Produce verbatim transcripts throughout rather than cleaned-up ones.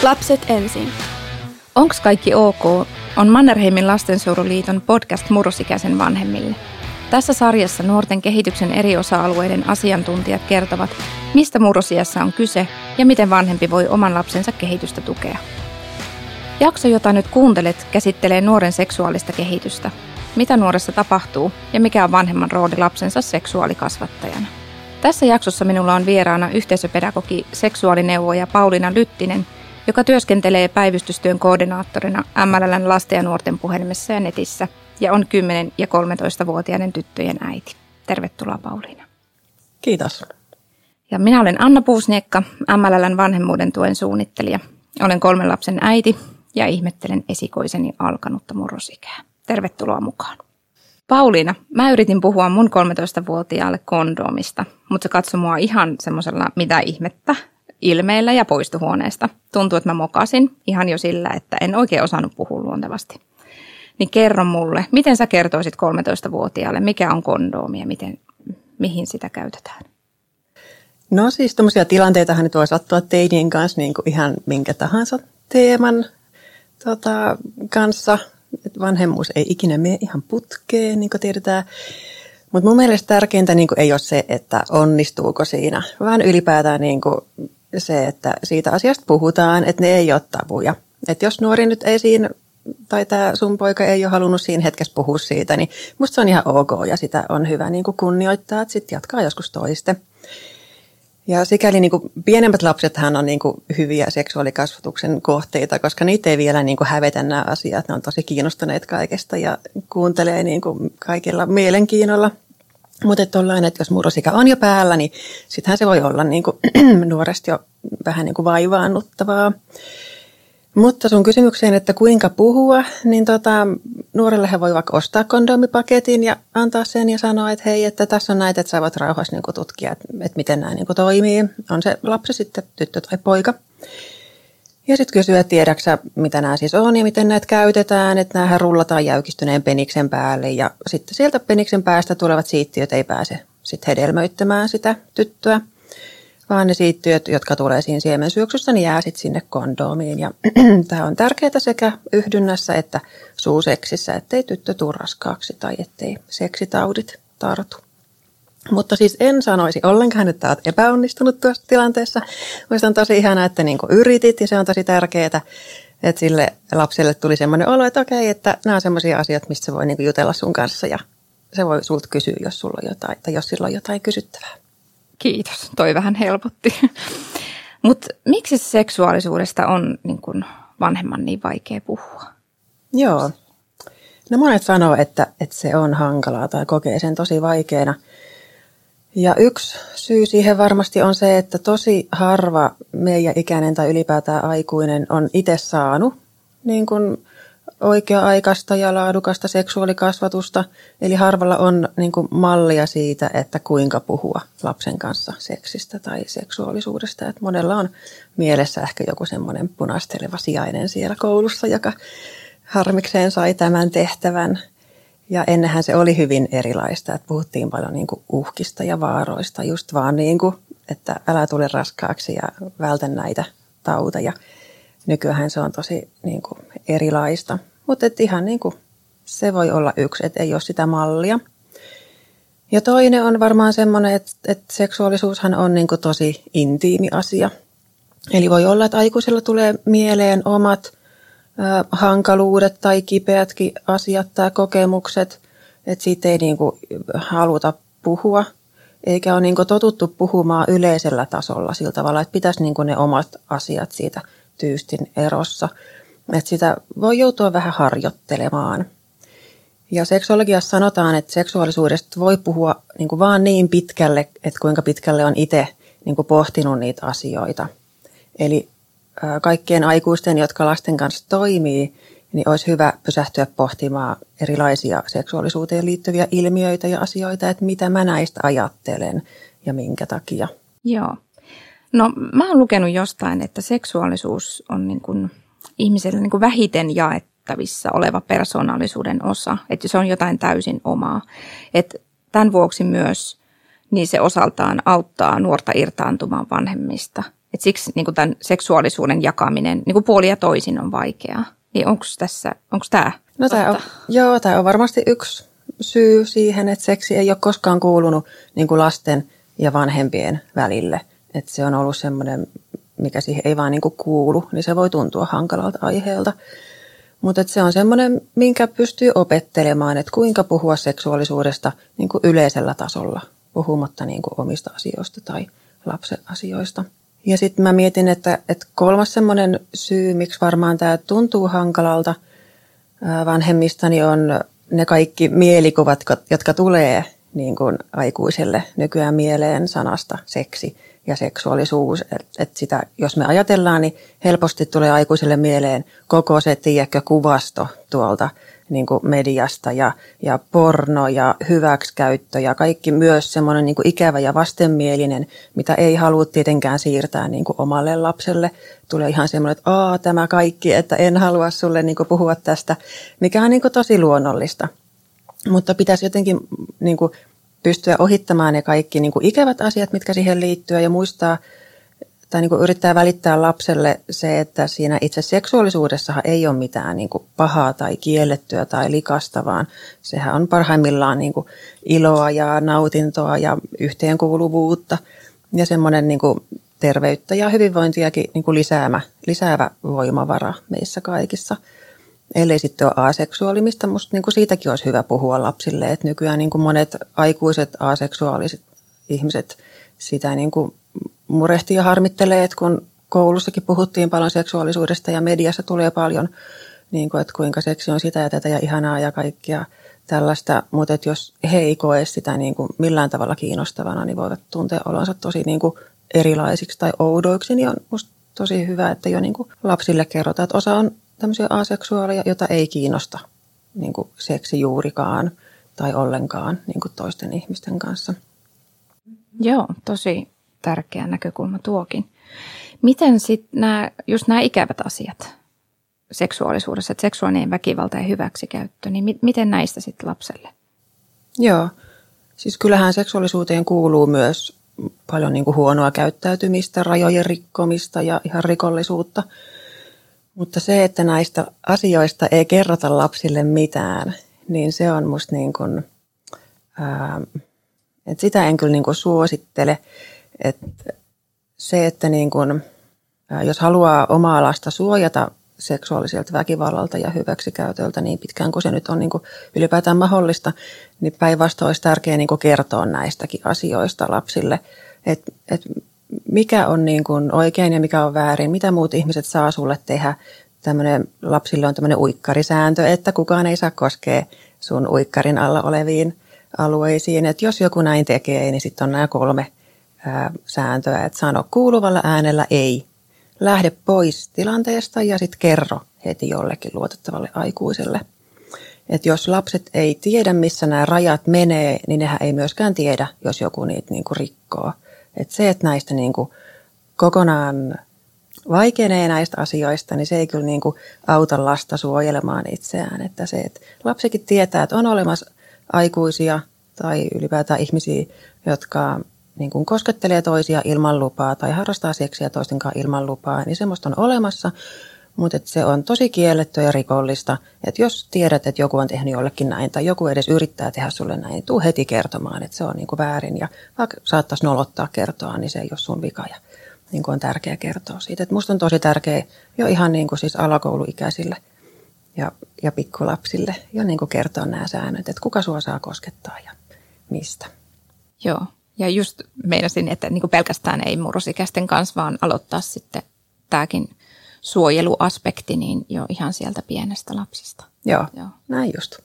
Lapset ensin. Onks kaikki ok? On Mannerheimin lastensuojeluliiton podcast murrosikäisen vanhemmille. Tässä sarjassa nuorten kehityksen eri osa-alueiden asiantuntijat kertovat, mistä murrosiässä on kyse ja miten vanhempi voi oman lapsensa kehitystä tukea. Jakso, jota nyt kuuntelet, käsittelee nuoren seksuaalista kehitystä. Mitä nuoressa tapahtuu ja mikä on vanhemman rooli lapsensa seksuaalikasvattajana. Tässä jaksossa minulla on vieraana yhteisöpedagogi, seksuaalineuvoja Pauliina Lyttinen, joka työskentelee päivystystyön koordinaattorina M L L:n lasten ja nuorten puhelimessa ja netissä ja on kymmenen- ja kolmetoistavuotiaiden tyttöjen äiti. Tervetuloa Pauliina. Kiitos. Ja minä olen Anna Puusniekka, M L L:n vanhemmuuden tuen suunnittelija. Olen kolmen lapsen äiti ja ihmettelen esikoiseni alkanutta murrosikää. Tervetuloa mukaan. Pauliina, mä yritin puhua mun kolmetoistavuotiaalle kondoomista, mutta se katsoi mua ihan semmoisella mitä ihmettä ilmeellä ja poistui huoneesta. Tuntuu, että mä mokasin ihan jo sillä, että en oikein osannut puhua luontevasti. Niin kerro mulle, miten sä kertoisit kolmetoistavuotiaalle, mikä on kondoomi ja miten, mihin sitä käytetään? No siis tämmöisiä tilanteitahan nyt voi sattua teinien kanssa niin kuin ihan minkä tahansa teeman tota, kanssa. Et vanhemmuus ei ikinä mene ihan putkeen, niin kuin tiedetään. Mutta mun mielestä tärkeintä niin kuin ei ole se, että onnistuuko siinä, vaan ylipäätään niin kuin se, että siitä asiasta puhutaan, että ne ei ole tabuja. Että jos nuori nyt ei siinä, tai tämä sun poika ei ole halunnut siinä hetkessä puhua siitä, niin musta se on ihan ok ja sitä on hyvä niin kuin kunnioittaa, että sitten jatkaa joskus toiste. Ja sikäli niin kuin pienemmät lapsethan on niin kuin hyviä seksuaalikasvatuksen kohteita, koska niitä ei vielä niin kuin hävetä nämä asiat. Ne on tosi kiinnostuneet kaikesta ja kuuntelee niin kuin kaikilla mielenkiinnolla. Mutta että ollaan, että jos murrosikä on jo päällä, niin sittenhän se voi olla niin kuin nuoresta jo vähän niin kuin vaivaannuttavaa. Mutta sun kysymykseen, että kuinka puhua, niin tota, nuorelle he voi vaikka ostaa kondoomipaketin ja antaa sen ja sanoa, että hei, että tässä on näitä, että sä voit rauhassa niin kuin tutkia, että, että miten nämä niin kuin toimii. On se lapsi sitten tyttö tai poika. Ja sitten kysyä, että tiedäksä, mitä nämä siis on ja miten näitä käytetään, että näähän rullataan jäykistyneen peniksen päälle ja sitten sieltä peniksen päästä tulevat siittiöt ei pääse sitten hedelmöittämään sitä tyttöä. Vaan ne siittiöt, jotka tulee siinä siemensyöksystä, niin jää sitten sinne kondoomiin. Ja tämä on tärkeää sekä yhdynnässä että suuseksissä, ettei tyttö tule raskaaksi tai ettei seksitaudit tartu. Mutta siis en sanoisi ollenkaan, että olet epäonnistunut tuossa tilanteessa. Minusta on tosi ihanaa, että niinku yritit ja se on tosi tärkeää, että sille lapselle tuli semmoinen olo, että okei, että nämä on semmoisia asioita, mistä se voi niinku jutella sun kanssa ja se voi sulta kysyä, jos sulla on jotain tai jos sillä on jotain kysyttävää. Kiitos, toi vähän helpotti. Mutta miksi seksuaalisuudesta on niin kun vanhemman niin vaikea puhua? Joo, no monet sanoo, että, että se on hankalaa tai kokee sen tosi vaikeana. Ja yksi syy siihen varmasti on se, että tosi harva meidän ikäinen tai ylipäätään aikuinen on itse saanut niin kuin oikea-aikaista ja laadukasta seksuaalikasvatusta. Eli harvalla on niin kuin mallia siitä, että kuinka puhua lapsen kanssa seksistä tai seksuaalisuudesta. Et monella on mielessä ehkä joku semmoinen punasteleva sijainen siellä koulussa, joka harmikseen sai tämän tehtävän. Ja ennenhän se oli hyvin erilaista, että puhuttiin paljon niin kuin uhkista ja vaaroista, just vaan niin kuin, että älä tule raskaaksi ja vältä näitä tauteja. Nykyään se on tosi niin kuin erilaista, mutta ihan niin kuin se voi olla yksi, että ei ole sitä mallia. Ja toinen on varmaan semmoinen, että, että seksuaalisuushan on niin kuin tosi intiimi asia. Eli voi olla, että aikuisilla tulee mieleen omat äh, hankaluudet tai kipeätkin asiat tai kokemukset, että siitä ei niin kuin haluta puhua. Eikä ole niin kuin totuttu puhumaan yleisellä tasolla sillä tavalla, että pitäisi niin kuin ne omat asiat siitä tyystin erossa. Että sitä voi joutua vähän harjoittelemaan. Ja seksuologiassa sanotaan, että seksuaalisuudesta voi puhua niin kuin vaan niin pitkälle, että kuinka pitkälle on itse niin kuin pohtinut niitä asioita. Eli kaikkien aikuisten, jotka lasten kanssa toimii, niin olisi hyvä pysähtyä pohtimaan erilaisia seksuaalisuuteen liittyviä ilmiöitä ja asioita, että mitä mä näistä ajattelen ja minkä takia. Joo. No mä oon lukenut jostain, että seksuaalisuus on niin kuin ihmiselle niin kuin vähiten jaettavissa oleva persoonallisuuden osa, että se on jotain täysin omaa. Että tämän vuoksi myös niin se osaltaan auttaa nuorta irtaantumaan vanhemmista että siksi niin kuin tämän seksuaalisuuden jakaminen niin kuin puolin ja toisin on vaikeaa. Niin onko tässä, onko tämä? No tämä on, joo, tämä on varmasti yksi syy siihen, että seksi ei ole koskaan kuulunut niin kuin lasten ja vanhempien välille. Että se on ollut semmoinen, mikä siihen ei vaan niin kuin kuulu, niin se voi tuntua hankalalta aiheelta. Mutta se on semmoinen, minkä pystyy opettelemaan, että kuinka puhua seksuaalisuudesta niin kuin yleisellä tasolla, puhumatta niin kuin omista asioista tai lapsen asioista. Ja sitten mä mietin, että, että kolmas semmoinen syy, miksi varmaan tämä tuntuu hankalalta vanhemmistani on ne kaikki mielikuvat, jotka tulee niin kuin aikuiselle nykyään mieleen sanasta seksi ja seksuaalisuus. Että sitä, jos me ajatellaan, niin helposti tulee aikuiselle mieleen koko se, tiedätkö, kuvasto tuolta niin kuin mediasta ja, ja porno ja hyväksikäyttö ja kaikki myös semmoinen niin kuin ikävä ja vastenmielinen, mitä ei halua tietenkään siirtää niin kuin omalle lapselle. Tulee ihan semmoinen, että aa, tämä kaikki, että en halua sulle niin kuin puhua tästä, mikä on niin kuin tosi luonnollista. Mutta pitäisi jotenkin niin kuin pystyä ohittamaan ne kaikki niin kuin ikävät asiat, mitkä siihen liittyy ja muistaa, tai niin kuin yrittää välittää lapselle se, että siinä itse seksuaalisuudessahan ei ole mitään niin kuin pahaa tai kiellettyä tai likasta, vaan sehän on parhaimmillaan niin kuin iloa ja nautintoa ja yhteenkuuluvuutta ja semmoinen niin kuin terveyttä ja hyvinvointiakin niin kuin lisäävä, lisäävä voimavara meissä kaikissa. Ellei sitten ole aseksuaalimista, musta niin kuin siitäkin olisi hyvä puhua lapsille, että nykyään niin kuin monet aikuiset aseksuaaliset ihmiset sitä niin kuin murehtii ja harmittelee, että kun koulussakin puhuttiin paljon seksuaalisuudesta ja mediassa tulee paljon, niin kuin, että kuinka seksi on sitä ja tätä ja ihanaa ja kaikkia tällaista, mutta että jos he ei koe sitä niin kuin millään tavalla kiinnostavana, niin voivat tuntea olonsa tosi niin kuin erilaisiksi tai oudoiksi, niin on musta tosi hyvä, että jo niin kuin lapsille kerrotaan, että osa on tämmöisiä aseksuaaleja, jota ei kiinnosta niin kuin seksi juurikaan tai ollenkaan niin kuin toisten ihmisten kanssa. Joo, tosi tärkeä näkökulma tuokin. Miten sitten nämä, just nämä ikävät asiat seksuaalisuudessa, että seksuaalinen väkivalta ja hyväksikäyttö, niin mi- miten näistä sitten lapselle? Joo, siis kyllähän seksuaalisuuteen kuuluu myös paljon niin kuin huonoa käyttäytymistä, rajojen rikkomista ja ihan rikollisuutta. Mutta se, että näistä asioista ei kerrota lapsille mitään, niin se on musta niin kuin, ää, että sitä en kyllä niin kuin suosittele. Että se, että niin kuin, ää, jos haluaa omaa lasta suojata seksuaaliselta väkivallalta ja hyväksikäytöltä niin pitkään kuin se nyt on niin kuin ylipäätään mahdollista, niin päinvastoin olisi tärkeää niin kuin kertoa näistäkin asioista lapsille, että et mikä on niin kuin oikein ja mikä on väärin, mitä muut ihmiset saa sulle tehdä. Tämmöinen, lapsille on tämmöinen uikkarisääntö, että kukaan ei saa koskea sun uikkarin alla oleviin alueisiin. Että jos joku näin tekee, niin sitten on nämä kolme ää, sääntöä, että sano kuuluvalla äänellä ei. Lähde pois tilanteesta ja sitten kerro heti jollekin luotettavalle aikuiselle. Että jos lapset ei tiedä, missä nämä rajat menee, niin nehän ei myöskään tiedä, jos joku niitä niinku rikkoo. Että se, että näistä niinku kokonaan vaikenee näistä asioista, niin se ei kyllä niinku auta lasta suojelemaan itseään. Että se, että lapsikin tietää, että on olemassa aikuisia tai ylipäätään ihmisiä, jotka niin kuin koskettelee toisia ilman lupaa tai harrastaa seksiä toistenkaan ilman lupaa, niin semmoista on olemassa, mutta että se on tosi kiellettyä ja rikollista. Että jos tiedät, että joku on tehnyt jollekin näin tai joku edes yrittää tehdä sulle näin, niin tuu heti kertomaan, että se on niin kuin väärin ja vaikka saattaisi nolottaa kertoa, niin se ei ole sun vika ja niin kuin on tärkeää kertoa siitä. Että musta on tosi tärkeää jo ihan niin kuin siis alakouluikäisille ja, ja pikkulapsille jo niin kuin kertoa nämä säännöt, että kuka sua saa koskettaa ja mistä. Joo. Ja just meinasin, että niin kuin pelkästään ei murrosikäisten kanssa, vaan aloittaa sitten tämäkin suojeluaspekti niin jo ihan sieltä pienestä lapsesta. Joo, Joo. näin just.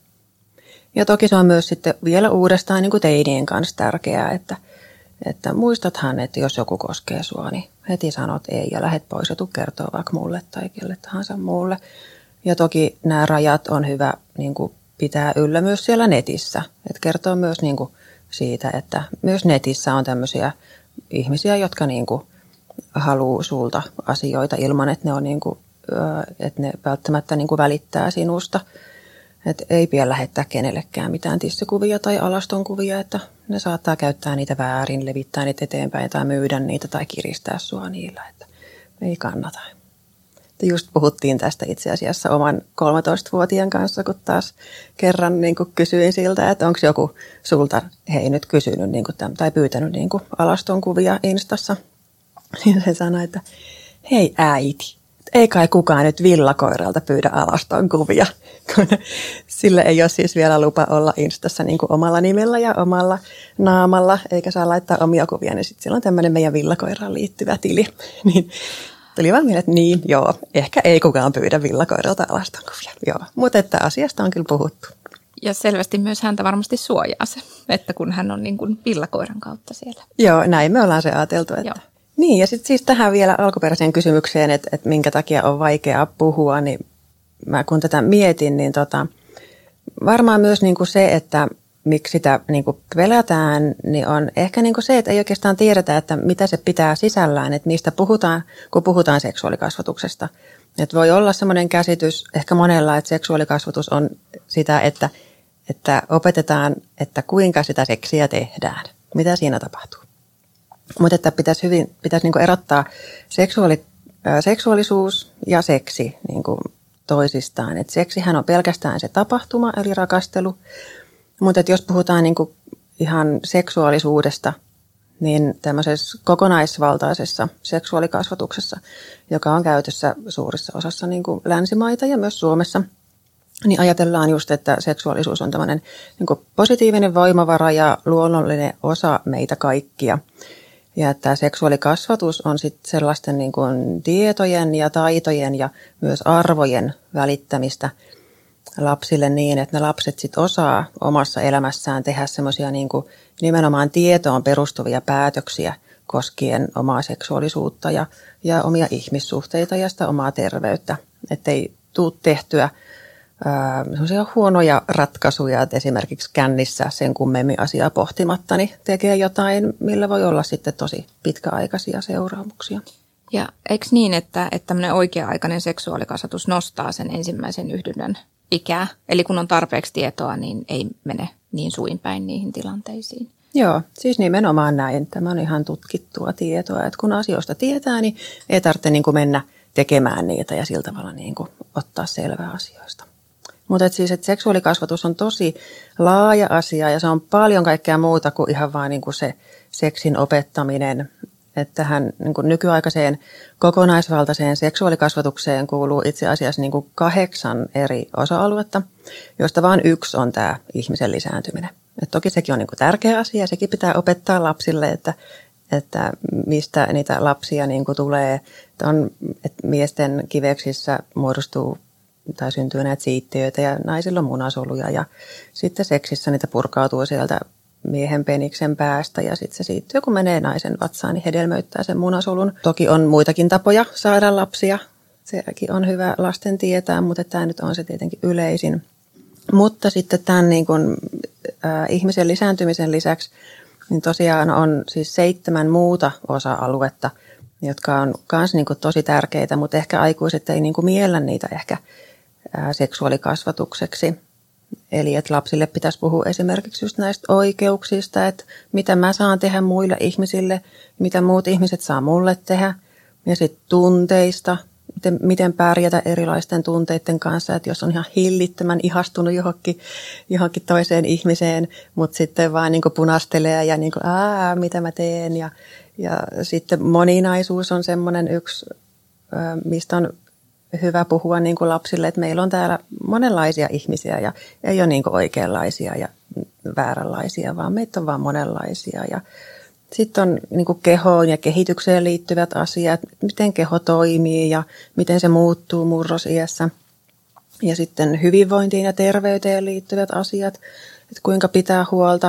Ja toki se on myös sitten vielä uudestaan niin kuin teinien kanssa tärkeää, että, että muistathan, että jos joku koskee sua, niin heti sanot ei ja lähdet pois ja tuu kertoa vaikka mulle tai kelle tahansa muulle. Ja toki nämä rajat on hyvä niin kuin pitää yllä myös siellä netissä, että kertoo myös niin kuin siitä, että myös netissä on tämmöisiä ihmisiä, jotka niin kuin haluaa sulta asioita ilman, että ne, on niin kuin, että ne välttämättä niin kuin välittää sinusta. Että ei pidä lähettää kenellekään mitään tissikuvia tai alastonkuvia, että ne saattaa käyttää niitä väärin, levittää niitä eteenpäin tai myydä niitä tai kiristää sua niillä, että ei kannata. Just puhuttiin tästä itse asiassa oman kolmetoistavuotiaan kanssa, kun taas kerran niin kuin kysyin siltä, että onko joku sulta hei nyt kysynyt niin kuin tämän, tai pyytänyt niin kuin alastonkuvia Instassa. Niin se sanoi, että hei äiti, ei kai kukaan nyt villakoiralta pyydä alastonkuvia, kun sille ei ole siis vielä lupa olla Instassa niin kuin omalla nimellä ja omalla naamalla, eikä saa laittaa omia kuvia, niin sitten sillä on tämmöinen meidän villakoiraan liittyvä tili. Niin tuli vaan mieleen, että niin, joo, ehkä ei kukaan pyydä villakoiralta alastonkuvia, joo, mutta että asiasta on kyllä puhuttu. Ja selvästi myös häntä varmasti suojaa se, että kun hän on niin kuin villakoiran kautta siellä. Joo, näin me ollaan se ajateltu, että... Joo. Niin, ja sitten siis tähän vielä alkuperäiseen kysymykseen, että, että minkä takia on vaikeaa puhua, niin mä kun tätä mietin, niin tota, varmaan myös niin kuin se, että miksi sitä niin kuin pelätään, niin on ehkä niin kuin se, että ei oikeastaan tiedetä, että mitä se pitää sisällään, että mistä puhutaan, kun puhutaan seksuaalikasvatuksesta. Että voi olla semmoinen käsitys ehkä monella, että seksuaalikasvatus on sitä, että, että opetetaan, että kuinka sitä seksiä tehdään, mitä siinä tapahtuu. Mutta että pitäisi, hyvin, pitäisi niin kuin erottaa seksuaali, äh, seksuaalisuus ja seksi niin kuin toisistaan. Et seksihän on pelkästään se tapahtuma, eli rakastelu. Mutta jos puhutaan niin kuin ihan seksuaalisuudesta, niin tämmöisessä kokonaisvaltaisessa seksuaalikasvatuksessa, joka on käytössä suurissa osassa niin kuin länsimaita ja myös Suomessa, niin ajatellaan just, että seksuaalisuus on tämmöinen niin kuin positiivinen voimavara ja luonnollinen osa meitä kaikkia. Ja että seksuaalikasvatus on sitten sellaisten niin kuin tietojen ja taitojen ja myös arvojen välittämistä lapsille niin, että ne lapset sitten osaa omassa elämässään tehdä semmoisia niin kuin nimenomaan tietoon perustuvia päätöksiä koskien omaa seksuaalisuutta ja, ja omia ihmissuhteita ja sitä omaa terveyttä. Että ei tule tehtyä ää, semmoisia huonoja ratkaisuja, että esimerkiksi kännissä sen kummemmin asiaa pohtimatta niin tekee jotain, millä voi olla sitten tosi pitkäaikaisia seuraamuksia. Ja eikö niin, että, että tämmöinen oikea-aikainen seksuaalikasvatus nostaa sen ensimmäisen yhdynnän ikää? Eli kun on tarpeeksi tietoa, niin ei mene niin suinpäin niihin tilanteisiin. Joo, siis nimenomaan näin. Tämä on ihan tutkittua tietoa, että kun asioista tietää, niin ei tarvitse niin kuin mennä tekemään niitä ja sillä tavalla niin kuin ottaa selvää asioista. Mutta et siis, että seksuaalikasvatus on tosi laaja asia ja se on paljon kaikkea muuta kuin ihan vaan niin kuin se seksin opettaminen. Että tähän niin kuin nykyaikaiseen kokonaisvaltaiseen seksuaalikasvatukseen kuuluu itse asiassa niin kuin kahdeksan eri osa-aluetta, joista vain yksi on tämä ihmisen lisääntyminen. Et toki sekin on niin kuin tärkeä asia, sekin pitää opettaa lapsille, että, että mistä niitä lapsia niin kuin tulee. Että on, että miesten kiveyksissä muodostuu tai syntyy näitä siittiöitä ja naisilla on munasoluja ja sitten seksissä niitä purkautuu sieltä miehen peniksen päästä ja sitten se siittyy, kun menee naisen vatsaan, niin hedelmöittää sen munasolun. Toki on muitakin tapoja saada lapsia, sekin on hyvä lasten tietää, mutta tämä nyt on se tietenkin yleisin. Mutta sitten tämän niin kuin, äh, ihmisen lisääntymisen lisäksi, niin tosiaan on siis seitsemän muuta osa-aluetta, jotka on myös niin kuin tosi tärkeitä, mutta ehkä aikuiset ei niin kuin miellä niitä ehkä äh, seksuaalikasvatukseksi. Eli että lapsille pitäisi puhua esimerkiksi just näistä oikeuksista, että mitä mä saan tehdä muille ihmisille, mitä muut ihmiset saa mulle tehdä. Ja sitten tunteista, miten, miten pärjätä erilaisten tunteiden kanssa, että jos on ihan hillittömän ihastunut johonkin, johonkin toiseen ihmiseen, mutta sitten vaan niin kuin punastelee ja niin kuin, aa, mitä mä teen. Ja, ja sitten moninaisuus on semmoinen yksi, mistä on hyvä puhua niin kuin lapsille, että meillä on täällä monenlaisia ihmisiä ja ei ole niin kuin oikeanlaisia ja vääränlaisia, vaan meitä on vaan monenlaisia. Ja sitten on niin kuin kehoon ja kehitykseen liittyvät asiat, miten keho toimii ja miten se muuttuu murrosiässä. Ja sitten hyvinvointiin ja terveyteen liittyvät asiat, että kuinka pitää huolta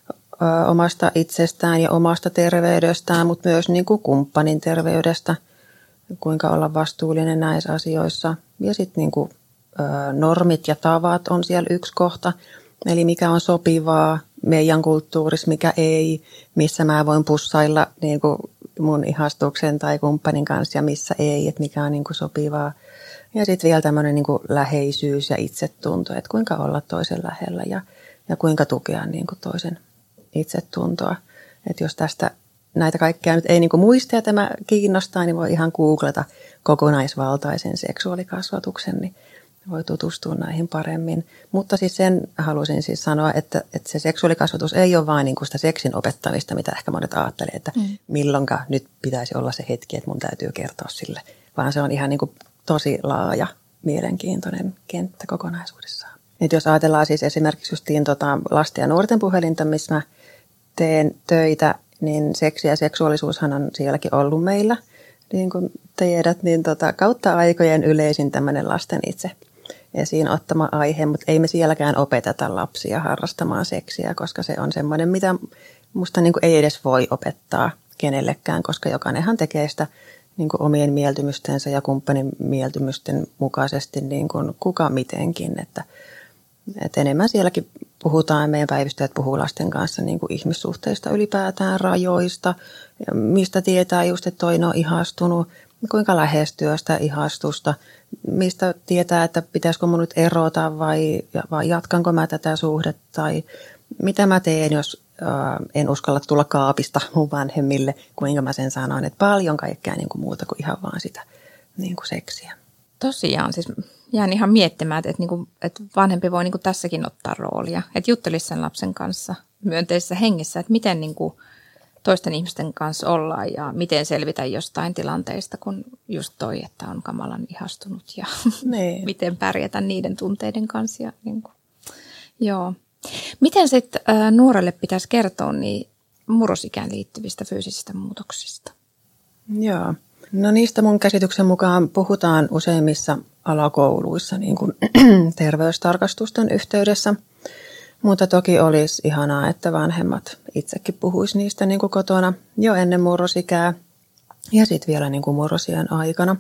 ö, omasta itsestään ja omasta terveydestään, mutta myös niin kuin kumppanin terveydestä. Kuinka olla vastuullinen näissä asioissa. Ja sitten niinku, normit ja tavat on siellä yksi kohta. Eli mikä on sopivaa meidän kulttuurissa, mikä ei, missä mä voin pussailla niinku mun ihastuksen tai kumppanin kanssa ja missä ei, että mikä on niinku sopivaa. Ja sitten vielä tämmöinen niin kuin läheisyys ja itsetunto, että kuinka olla toisen lähellä ja, ja kuinka tukea niin kuin toisen itsetuntoa. Että jos tästä näitä kaikkea nyt ei niin kuin muista ja tämä kiinnostaa, niin voi ihan googlata kokonaisvaltaisen seksuaalikasvatuksen, niin voi tutustua näihin paremmin. Mutta siis sen halusin siis sanoa, että, että se seksuaalikasvatus ei ole vain niin kuin sitä seksin opettamista, mitä ehkä monet ajattelee, että mm. milloinka nyt pitäisi olla se hetki, että mun täytyy kertoa sille. Vaan se on ihan niin kuin tosi laaja, mielenkiintoinen kenttä kokonaisuudessaan. Et jos ajatellaan siis esimerkiksi justiin tota lasten ja nuorten puhelinta, missä mä teen töitä, niin seksi ja seksuaalisuushan on sielläkin ollut meillä. Niin kuin tiedät, niin tota, kautta aikojen yleisin tämmöinen lasten itse esiin ottama aihe, mutta ei me sielläkään opeteta lapsia harrastamaan seksiä, koska se on semmoinen, mitä musta niin kuin ei edes voi opettaa kenellekään, koska jokainenhan tekee sitä niin kuin omien mieltymystensä ja kumppanin mieltymysten mukaisesti niin kuin kuka mitenkin, että, että enemmän sielläkin puhutaan, meidän päivystäjät puhuu lasten kanssa niin kuin ihmissuhteista ylipäätään, rajoista, mistä tietää just, että toinen on ihastunut, kuinka lähestyä sitä ihastusta, mistä tietää, että pitäisikö mun nyt erota vai, vai jatkanko mä tätä suhdetta tai mitä mä teen, jos ää, en uskalla tulla kaapista mun vanhemmille, kuinka mä sen sanoin, että paljon kaikkea niin kuin muuta kuin ihan vaan sitä niin kuin seksiä. Tosiaan, siis jään ihan miettimään, että, niin kuin, että vanhempi voi niin kuin tässäkin ottaa roolia, että juttelisi sen lapsen kanssa myönteisessä hengessä, että miten niin kuin toisten ihmisten kanssa ollaan ja miten selvitä jostain tilanteista, kun just toi, että on kamalan ihastunut ja niin. miten pärjätä niiden tunteiden kanssa. Ja, niin kuin. Joo. Miten sitten äh, nuorelle pitäisi kertoa niin murrosikään liittyvistä fyysisistä muutoksista? Joo. No niistä mun käsityksen mukaan puhutaan useimmissa alakouluissa niin kuin terveystarkastusten yhteydessä. Mutta toki olisi ihanaa, että vanhemmat itsekin puhuisi niistä niin kuin kotona jo ennen murrosikää ja sitten vielä niin kuin murrosien aikana.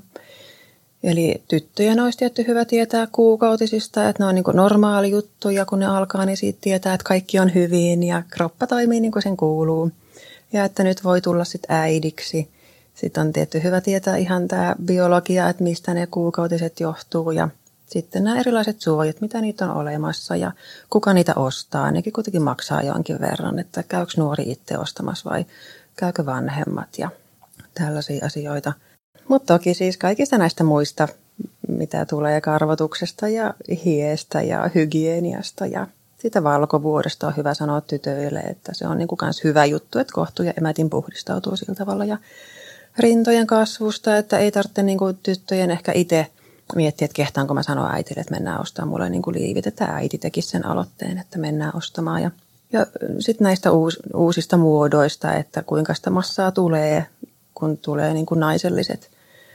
Eli tyttöjen olisi tietty hyvä tietää kuukautisista, että ne on niin kuin normaali juttu ja kun ne alkaa, niin siitä tietää, että kaikki on hyvin ja kroppa toimii niin kuin sen kuuluu. Ja että nyt voi tulla sitten äidiksi. Sitten on tietty hyvä tietää ihan tämä biologia, että mistä ne kuukautiset johtuu ja sitten nämä erilaiset suojat, mitä niitä on olemassa ja kuka niitä ostaa. Nekin kuitenkin maksaa jonkin verran, että käykö nuori itse ostamassa vai käykö vanhemmat ja tällaisia asioita. Mutta toki siis kaikista näistä muista, mitä tulee karvotuksesta ja hiestä ja hygieniasta ja sitä valkovuodesta on hyvä sanoa tytöille, että se on niinku kans hyvä juttu, että kohtu ja emätin puhdistautuu sillä tavalla. Ja rintojen kasvusta, että ei tarvitse niinku tyttöjen ehkä itse miettiä, että kehtaanko mä sanoa äitille, että mennään ostamaan mulle niinku liivit, että äiti tekisi sen aloitteen, että mennään ostamaan. Ja, ja sitten näistä uus, uusista muodoista, että kuinka sitä massaa tulee, kun tulee niinku naiselliset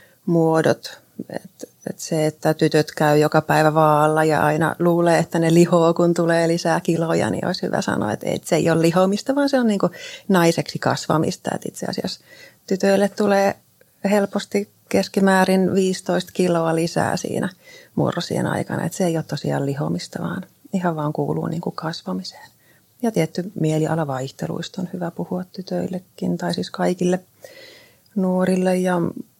muodot. Että et se, että tytöt käy joka päivä vaalla ja aina luulee, että ne lihoo, kun tulee lisää kiloja, niin olisi hyvä sanoa, että et se ei ole lihomista, vaan se on niinku naiseksi kasvamista. Et itse asiassa tytöille tulee helposti keskimäärin viisitoista kiloa lisää siinä murrosien aikana. Et se ei ole tosiaan lihomista, vaan ihan vaan kuuluu niinku kasvamiseen. Ja tietty mielialavaihteluista on hyvä puhua tytöillekin, tai siis kaikille nuorille ja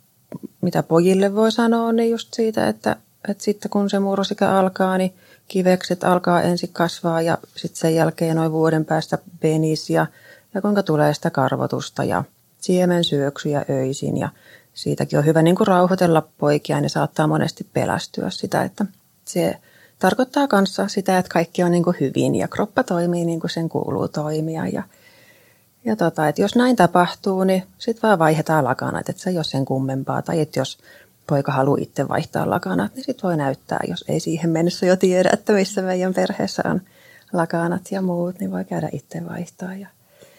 mitä pojille voi sanoa, niin just siitä, että, että sitten kun se murrosikä alkaa, niin kivekset alkaa ensin kasvaa ja sitten sen jälkeen noin vuoden päästä penis ja, ja kuinka tulee sitä karvotusta ja siemensyöksyjä öisin. Ja siitäkin on hyvä niin kuin rauhoitella poikia, ne saattaa monesti pelästyä sitä, että se tarkoittaa kanssa sitä, että kaikki on niin kuin hyvin ja kroppa toimii niin kuin sen kuuluu toimia ja Ja tota, että jos näin tapahtuu, niin sitten vaan vaihdetaan lakanat, että se ei ole sen kummempaa. Tai että jos poika haluaa itse vaihtaa lakanat, niin sitten voi näyttää, jos ei siihen mennessä jo tiedä, että missä meidän perheessä on lakanat ja muut, niin voi käydä itse vaihtaa. Ja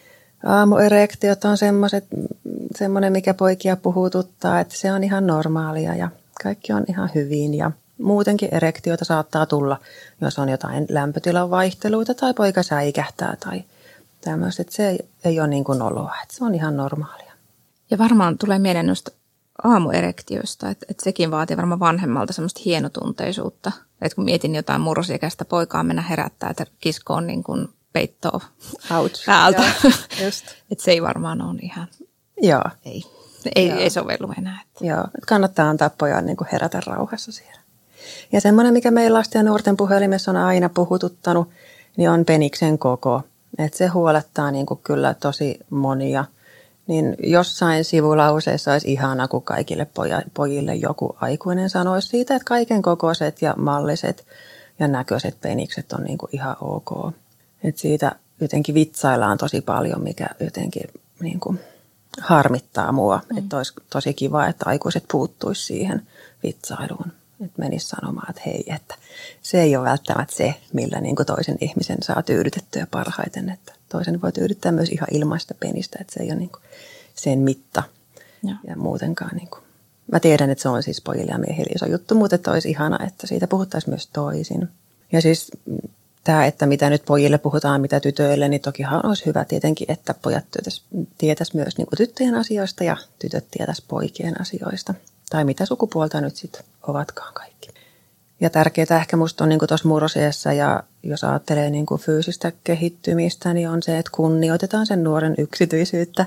aamuerektiot on semmoinen, mikä poikia puhututtaa, että se on ihan normaalia ja kaikki on ihan hyvin. Ja muutenkin erektioita saattaa tulla, jos on jotain lämpötilan vaihteluita tai poika säikähtää tai tämmöistä, että se ei, ei ole niin kuin noloa, että se on ihan normaalia. Ja varmaan tulee mieleen noista aamuerektioista, että, että sekin vaatii varmaan vanhemmalta semmoista hienotunteisuutta. Että kun mietin jotain murrosikäistä poikaa mennä herättää, että kisko on niin kuin peittoa Ouch. päältä. Just. Että se ei varmaan ole ihan, Joo. ei. ei, ei sovellu enää. Joo, että kannattaa antaa pojan niin kuin herätä rauhassa siellä. Ja semmoinen, mikä meidän lasten ja nuorten puhelimessa on aina puhututtanut, niin on peniksen koko. Että se huolettaa niin kuin kyllä tosi monia. Niin jossain sivulauseessa olisi ihana, kun kaikille pojille joku aikuinen sanoisi siitä, että kaiken kokoiset ja malliset ja näköiset penikset on niin kuin ihan ok. Että siitä jotenkin vitsaillaan tosi paljon, mikä jotenkin niin kuin harmittaa mua. Mm. Että olisi tosi kiva, että aikuiset puuttuisi siihen vitsailuun. Että menisi sanomaan, että hei, että se ei ole välttämättä se, millä niin kuin toisen ihmisen saa tyydytettyä parhaiten. Että toisen voi tyydyttää myös ihan ilmaista penistä, että se ei ole niin kuin sen mitta ja, ja muutenkaan. Niin kuin. Mä tiedän, että se on siis pojille ja miehille iso juttu, mutta että olisi ihana, että siitä puhuttaisiin myös toisin. Ja siis tämä, että mitä nyt pojille puhutaan, mitä tytöille, niin tokihan olisi hyvä tietenkin, että pojat tietäisi myös niin kuin tyttöjen asioista ja tytöt tietäisi poikien asioista. Tai mitä sukupuolta nyt sitten ovatkaan kaikki. Ja tärkeää ehkä musta on niin kuin tuossa murrosiässä ja jos ajattelee niin kuin fyysistä kehittymistä, niin on se, että kunnioitetaan sen nuoren yksityisyyttä.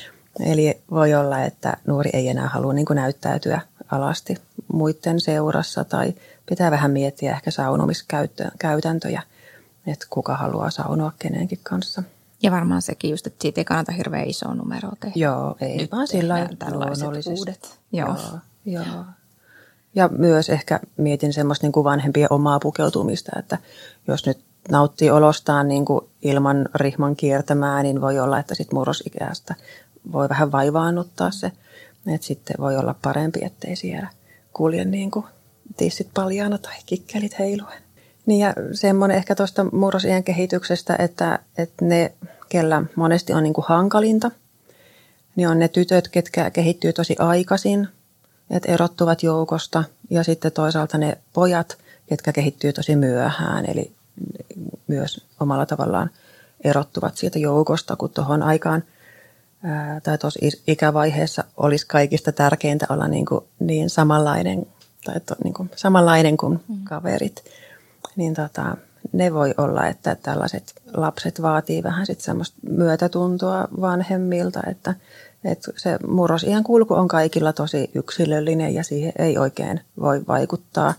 Eli voi olla, että nuori ei enää halua niin kuin näyttäytyä alasti muiden seurassa tai pitää vähän miettiä ehkä saunomiskäytäntöjä, että kuka haluaa saunoa kenenkin kanssa. Ja varmaan sekin just, että siitä ei kannata hirveän isoa numeroa tehdä. Joo, ei nyt vaan sillä tällaiset uudet. Joo. Joo, joo. Ja myös ehkä mietin semmoista niin kuin vanhempien omaa pukeutumista, että jos nyt nauttii olostaan niin kuin ilman rihman kiertämää, niin voi olla, että sitten murrosikästä voi vähän vaivaannuttaa se. Että sitten voi olla parempi, ettei siellä kulje niin kuin tissit paljaana tai kikkelit heiluen. Niin ja semmoinen ehkä tuosta murrosiän kehityksestä, että, että ne, kellä monesti on niin kuin hankalinta, niin on ne tytöt, ketkä kehittyy tosi aikaisin, että erottuvat joukosta. Ja sitten toisaalta ne pojat, ketkä kehittyy tosi myöhään, eli myös omalla tavallaan erottuvat siitä joukosta, kun tuohon aikaan ää, tai tuossa ikävaiheessa olisi kaikista tärkeintä olla niin, kuin niin samanlainen, tai to, niin kuin samanlainen kuin mm. kaverit. Niin tota, ne voi olla, että tällaiset lapset vaatii vähän sit semmoista myötätuntoa vanhemmilta, että, että se murrosiän kulku on kaikilla tosi yksilöllinen ja siihen ei oikein voi vaikuttaa.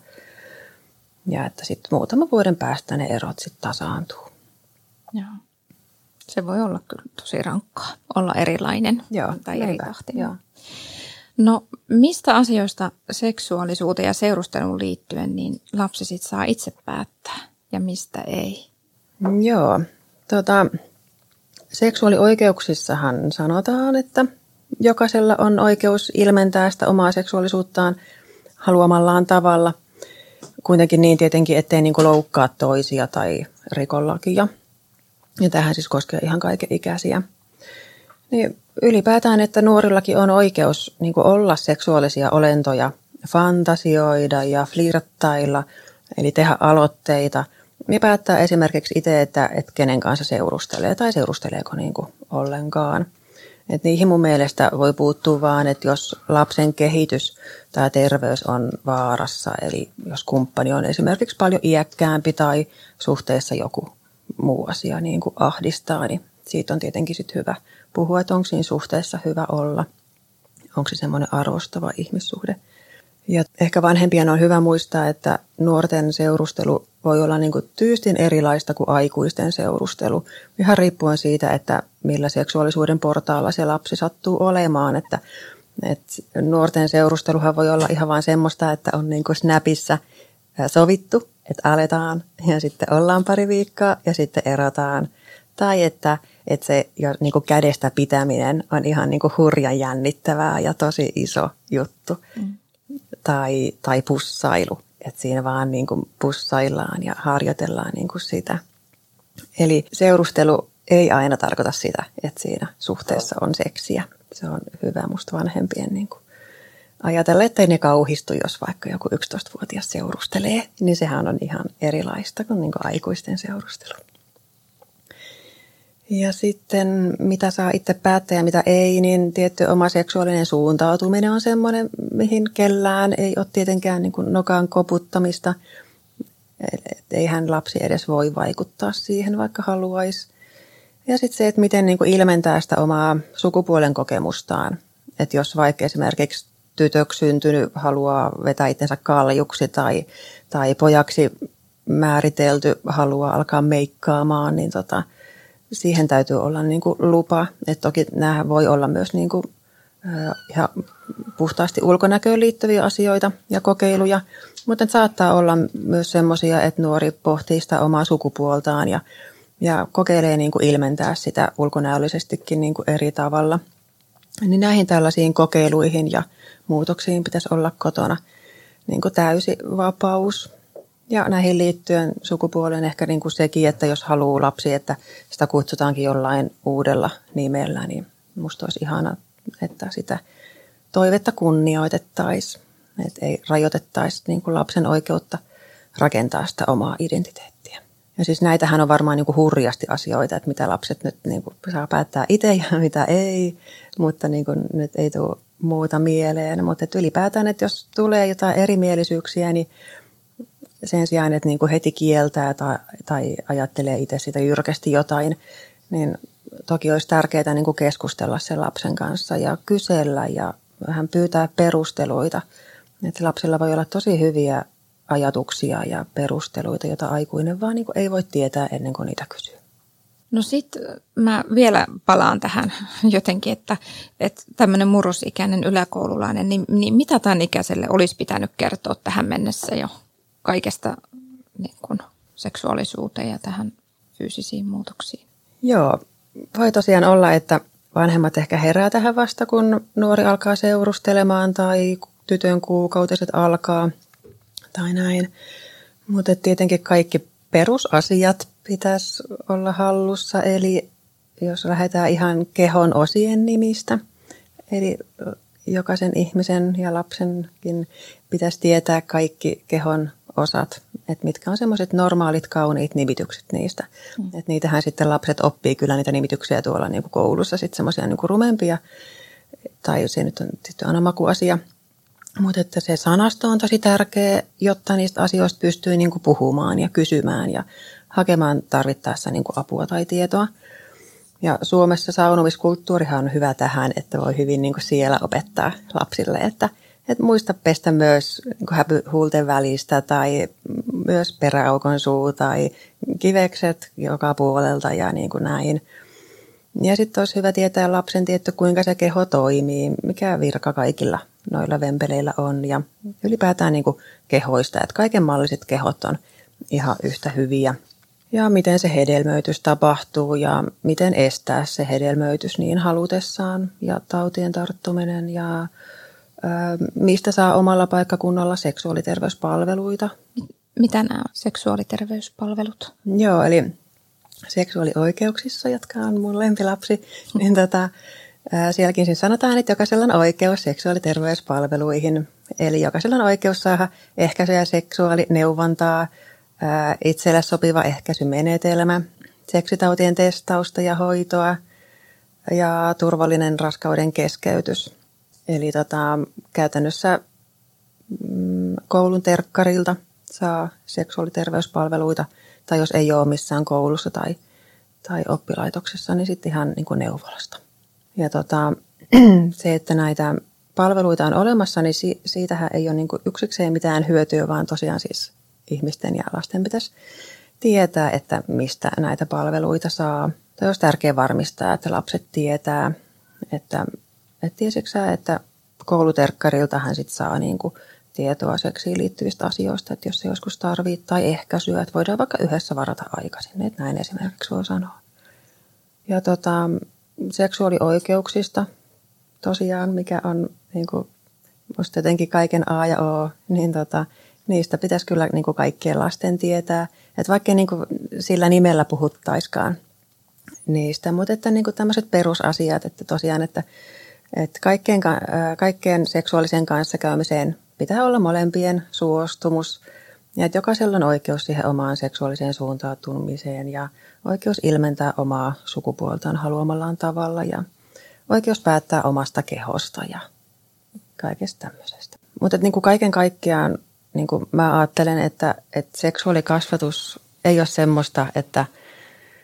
Ja että sitten muutaman vuoden päästä ne erot sitten tasaantuu. Joo. Se voi olla kyllä tosi rankkaa, olla erilainen. Joo, tai eri tahti. Joo. No mistä asioista seksuaalisuuteen ja seurusteluun liittyen niin lapsi sit saa itse päättää ja mistä ei? Joo, tota, seksuaalioikeuksissahan sanotaan, että jokaisella on oikeus ilmentää sitä omaa seksuaalisuuttaan haluamallaan tavalla. Kuitenkin niin tietenkin, ettei niinku loukkaa toisia tai rikollakia. Ja tämähän siis koskee ihan kaikenikäisiä. Niin ylipäätään, että nuorillakin on oikeus niin kuin olla seksuaalisia olentoja, fantasioida ja flirttailla, eli tehdä aloitteita. Ja päättää esimerkiksi itse, että, että kenen kanssa seurustelee tai seurusteleeko niin kuin ollenkaan. Et niihin mun mielestä voi puuttua vaan, että jos lapsen kehitys tai terveys on vaarassa, eli jos kumppani on esimerkiksi paljon iäkkäämpi tai suhteessa joku muu asia niin kuin ahdistaa, niin siitä on tietenkin sit hyvä puhua, että onko siinä suhteessa hyvä olla, onko se semmoinen arvostava ihmissuhde. Ja ehkä vanhempien on hyvä muistaa, että nuorten seurustelu voi olla niin kuin tyystin erilaista kuin aikuisten seurustelu. Ihan riippuen siitä, että millä seksuaalisuuden portaalla se lapsi sattuu olemaan. Että, että nuorten seurusteluhan voi olla ihan vain semmoista, että on niin kuin Snapissa sovittu, että aletaan ja sitten ollaan pari viikkoa ja sitten erotaan. Tai että, että se jo niin kuin kädestä pitäminen on ihan niin kuin hurjan jännittävää ja tosi iso juttu. Mm. Tai, tai pussailu, että siinä vaan niin kuin pussaillaan ja harjoitellaan niin kuin sitä. Eli seurustelu ei aina tarkoita sitä, että siinä suhteessa on seksiä. Se on hyvä musta vanhempien niin kuin ajatella, että ei ne kauhistu, jos vaikka joku yksitoistavuotias seurustelee. Niin sehän on ihan erilaista kuin, niin kuin aikuisten seurustelu. Ja sitten mitä saa itse päättää ja mitä ei, niin tietty oma seksuaalinen suuntautuminen on semmoinen, mihin kellään ei ole tietenkään niin kuin nokan koputtamista. Et eihän lapsi edes voi vaikuttaa siihen, vaikka haluaisi. Ja sitten se, että miten niin kuin ilmentää sitä omaa sukupuolen kokemustaan. Että jos vaikka esimerkiksi tytöksi syntynyt haluaa vetää itsensä kaljuksi tai, tai pojaksi määritelty haluaa alkaa meikkaamaan, niin tota, siihen täytyy olla niin kuin lupa. Et toki nämä voi olla myös niin kuin, äh, ihan puhtaasti ulkonäköön liittyviä asioita ja kokeiluja, mutta saattaa olla myös semmoisia, että nuori pohtii sitä omaa sukupuoltaan ja, ja kokeilee niin kuin ilmentää sitä ulkonäöllisestikin niin kuin eri tavalla. Niin näihin tällaisiin kokeiluihin ja muutoksiin pitäisi olla kotona niin kuin täysi vapaus. Ja näihin liittyen sukupuoleen ehkä niin kuin sekin, että jos haluaa lapsi, että sitä kutsutaankin jollain uudella nimellä, niin musta olisi ihana, että sitä toivetta kunnioitettaisiin. Että ei rajoitettaisi niin kuin lapsen oikeutta rakentaa sitä omaa identiteettiä. Ja siis näitähän on varmaan niin kuin hurjasti asioita, että mitä lapset nyt niin kuin saa päättää itse ja mitä ei, mutta niin kuin nyt ei tule muuta mieleen. Mutta että ylipäätään, että jos tulee jotain erimielisyyksiä, niin sen sijaan, että niin kuin heti kieltää tai, tai ajattelee itse sitä jyrkästi jotain, niin toki olisi tärkeää niin kuin keskustella sen lapsen kanssa ja kysellä ja vähän pyytää perusteluita. Että lapsilla voi olla tosi hyviä ajatuksia ja perusteluita, joita aikuinen vaan niin kuin ei voi tietää ennen kuin niitä kysyy. No sit mä vielä palaan tähän jotenkin, että, että tämmöinen murrosikäinen yläkoululainen, niin, niin mitä tämän ikäiselle olisi pitänyt kertoa tähän mennessä jo kaikesta niin kuin seksuaalisuuteen ja tähän fyysisiin muutoksiin? Joo, voi tosiaan olla, että vanhemmat ehkä herää tähän vasta, kun nuori alkaa seurustelemaan tai tytön kuukautiset alkaa tai näin. Mutta tietenkin kaikki perusasiat pitäisi olla hallussa, eli jos lähdetään ihan kehon osien nimistä, eli jokaisen ihmisen ja lapsenkin pitäisi tietää kaikki kehon osat, että mitkä on semmoiset normaalit, kauniit nimitykset niistä. Mm. Että niitähän sitten lapset oppii kyllä niitä nimityksiä tuolla niin kuin koulussa, sitten semmoisia niin kuin rumempia, tai se nyt on sitten aina makuasia. Mutta että se sanasto on tosi tärkeä, jotta niistä asioista pystyy niin kuin puhumaan ja kysymään ja hakemaan tarvittaessa niin kuin apua tai tietoa. Ja Suomessa saunomiskulttuurihan on hyvä tähän, että voi hyvin niin kuin siellä opettaa lapsille, että, että muista pestä myös niin kuin häpyhuulten välistä tai myös peräaukon suu tai kivekset joka puolelta ja niin kuin näin. Ja sitten olisi hyvä tietää lapsen tietty, kuinka se keho toimii, mikä virka kaikilla noilla vempeleillä on ja ylipäätään niin kuin kehoista, että kaikenmalliset kehot on ihan yhtä hyviä. Ja miten se hedelmöitys tapahtuu ja miten estää se hedelmöitys niin halutessaan ja tautien tarttuminen ja ö, mistä saa omalla paikkakunnalla seksuaaliterveyspalveluita. Mitä nämä on seksuaaliterveyspalvelut? Joo, eli seksuaalioikeuksissa, jotka on mun lempilapsi, niin tota, sielläkin siis sanotaan, että jokaisella on oikeus seksuaaliterveyspalveluihin. Eli jokaisella on oikeus saada ehkäisyä ja seksuaalineuvontaa, itselle sopiva ehkäisymenetelmä, seksitautien testausta ja hoitoa ja turvallinen raskauden keskeytys. Eli tota, käytännössä mm, koulun terkkarilta saa seksuaaliterveyspalveluita, tai jos ei ole missään koulussa tai, tai oppilaitoksessa, niin sitten ihan niin kuin neuvolasta. Ja tota, se, että näitä palveluita on olemassa, niin si- siitähän ei ole niin kuin yksikseen mitään hyötyä, vaan tosiaan siis ihmisten ja lasten pitäisi tietää, että mistä näitä palveluita saa. Tämä olisi tärkeää varmistaa, että lapset tietää, että, että tiesitkö sä, että kouluterkkarilta hän sit saa niin kuin tietoa seksiin liittyvistä asioista, että jos se joskus tarvitsee tai ehkäisyä, että voidaan vaikka yhdessä varata aikaisin, että näin esimerkiksi voi sanoa. Ja tota, seksuaalioikeuksista tosiaan, mikä on niin kuin, musta jotenkin kaiken A ja O, niin tota, niistä pitäisi kyllä niin kuin kaikkien lasten tietää, että vaikka niin kuin sillä nimellä puhuttaiskaan niistä, mutta että niin kuin tämmöiset perusasiat, että tosiaan, että, että kaikkeen, kaikkeen seksuaaliseen kanssakäymiseen pitää olla molempien suostumus ja että jokaisella on oikeus siihen omaan seksuaaliseen suuntautumiseen ja oikeus ilmentää omaa sukupuoltaan haluamallaan tavalla ja oikeus päättää omasta kehosta ja kaikesta tämmöisestä. Mutta niin kuin kaiken kaikkiaan niin kuin mä ajattelen, että, että seksuaalikasvatus ei ole semmoista, että,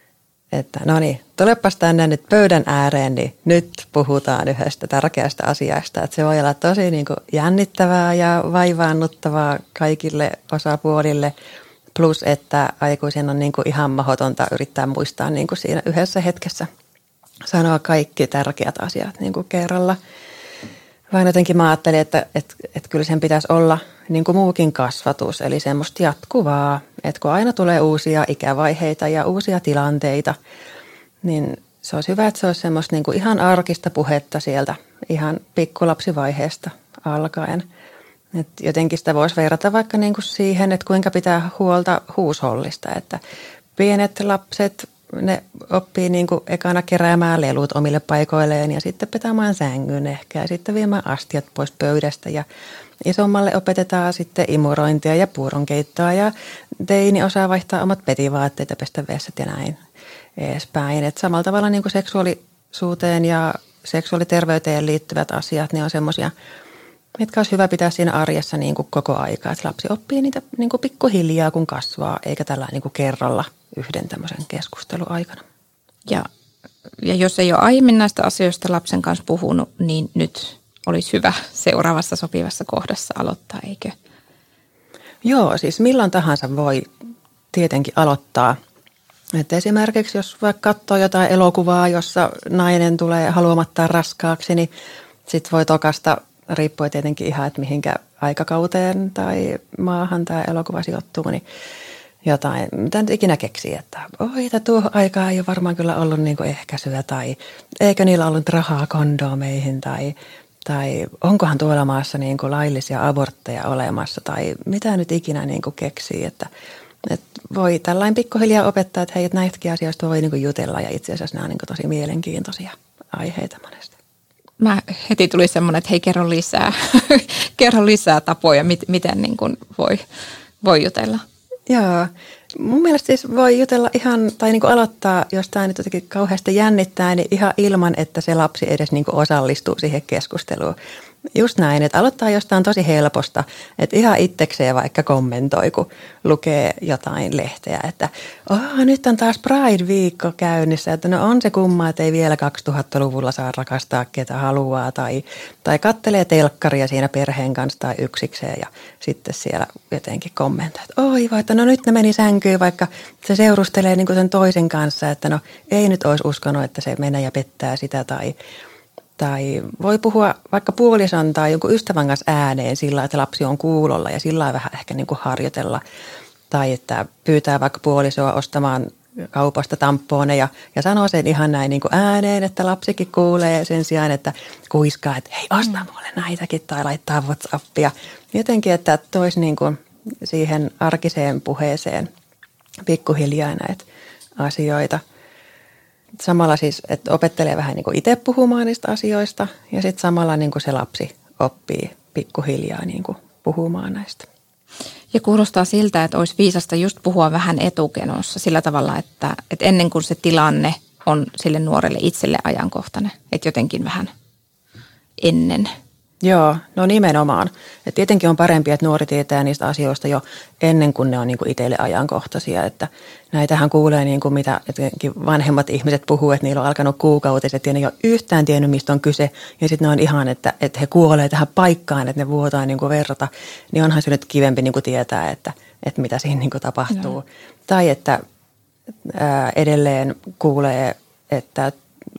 että no niin, tulepas tänne nyt pöydän ääreen, niin nyt puhutaan yhdestä tärkeästä asiasta. Että se voi olla tosi niin kuin jännittävää ja vaivaannuttavaa kaikille osapuolille, plus että aikuisen on niin kuin ihan mahdotonta yrittää muistaa niin kuin siinä yhdessä hetkessä sanoa kaikki tärkeät asiat niin kuin kerralla. Vaan jotenkin mä ajattelin, että, että, että kyllä sen pitäisi olla niin kuin muukin kasvatus, eli semmoista jatkuvaa, että kun aina tulee uusia ikävaiheita ja uusia tilanteita, niin se olisi hyvä, että se olisi semmoista niin kuin ihan arkista puhetta sieltä ihan pikkulapsivaiheesta alkaen. Että jotenkin sitä voisi verrata vaikka niin kuin siihen, että kuinka pitää huolta huushollista, että pienet lapset, ne oppii niin kuin ekana keräämään lelut omille paikoilleen ja sitten petämään sängyn ehkä ja sitten viemään astiat pois pöydästä ja isommalle opetetaan sitten imurointia ja puuronkeittoa ja teini osaa vaihtaa omat petivaatteet ja pestä vessat ja näin edespäin. Et samalla tavalla niin kuin seksuaalisuuteen ja seksuaaliterveyteen liittyvät asiat, ne on semmoisia, mitkä olisi hyvä pitää siinä arjessa niin kuin koko aikaa. Että lapsi oppii niitä niin kuin pikkuhiljaa kun kasvaa, eikä tällä niin kuin kerralla yhden tämmöisen keskustelun aikana. Ja, ja jos ei ole aiemmin näistä asioista lapsen kanssa puhunut, niin nyt olisi hyvä seuraavassa sopivassa kohdassa aloittaa, eikö? Joo, siis milloin tahansa voi tietenkin aloittaa. Että esimerkiksi jos vaikka katsoo jotain elokuvaa, jossa nainen tulee haluamattaan raskaaksi, niin sitten voi tokasta, riippuen tietenkin ihan, että mihinkä aikakauteen tai maahan tämä elokuva sijoittuu, niin jotain, mitä nyt ikinä keksii, että oi, että tuo aikaa ei ole varmaan kyllä ollut niin kuin ehkäisyä tai eikö niillä ollut rahaa kondomeihin tai, tai onkohan tuolla maassa niin kuin laillisia abortteja olemassa tai mitä nyt ikinä niin kuin keksii, että, että voi tällainen pikkuhiljaa opettaa, että hei, että näistäkin asioista voi niin kuin jutella ja itse asiassa nämä on niin kuin tosi mielenkiintoisia aiheita monesti. Mä heti tuli semmoinen, että hei, kerro lisää, kerro lisää tapoja, miten niin kuin voi, voi jutella. Joo. Mun mielestä siis voi jutella ihan, tai niin kuin aloittaa, jos tämä nyt jotenkin kauheasti jännittää, niin ihan ilman, että se lapsi edes niin kuin osallistuu siihen keskusteluun. Just näin, että aloittaa jostain tosi helposta, että ihan itsekseen vaikka kommentoi, kun lukee jotain lehteä, että oh, nyt on taas Pride-viikko käynnissä, että no on se kumma, että ei vielä kaksituhattaluvulla saa rakastaa ketä haluaa, tai, tai kattelee telkkaria siinä perheen kanssa tai yksikseen ja sitten siellä jotenkin kommentoi, että oi vai, että no nyt ne meni sänkyyn, vaikka se seurustelee niin kuin sen toisen kanssa, että no ei nyt olisi uskonut, että se menee ja pettää sitä tai Tai voi puhua vaikka puolison tai jonkun ystävän kanssa ääneen sillä, että lapsi on kuulolla ja sillä vähän ehkä niin kuin harjoitella. Tai että pyytää vaikka puolisoa ostamaan kaupasta tamponeja ja sanoo sen ihan näin niin kuin ääneen, että lapsikin kuulee sen sijaan, että kuiskaa, että hei, osta mulle näitäkin tai laittaa WhatsAppia. Jotenkin, että toisi niin kuin siihen arkiseen puheeseen pikkuhiljaa näitä asioita. Samalla siis, että opettelee vähän niin kuin itse puhumaan niistä asioista ja sitten samalla niin kuin se lapsi oppii pikkuhiljaa niin kuin puhumaan näistä. Ja kuulostaa siltä, että olisi viisasta just puhua vähän etukenossa sillä tavalla, että, että ennen kuin se tilanne on sille nuorelle itselle ajankohtainen, että jotenkin vähän ennen. Joo, no nimenomaan. Et tietenkin on parempi, että nuori tietää niistä asioista jo ennen kuin ne on niin kuin itselle ajankohtaisia. Että näitähän kuulee, niin kuin mitä vanhemmat ihmiset puhuu, että niillä on alkanut kuukautiset ja ne ei ole yhtään tiennyt, mistä on kyse. Ja sitten ne on ihan, että, että he kuolee tähän paikkaan, että ne vuotaa niin kuin verrata. Niin onhan se nyt kivempi niin kuin tietää, että, että mitä siinä niin kuin tapahtuu. No. Tai että ää, edelleen kuulee, että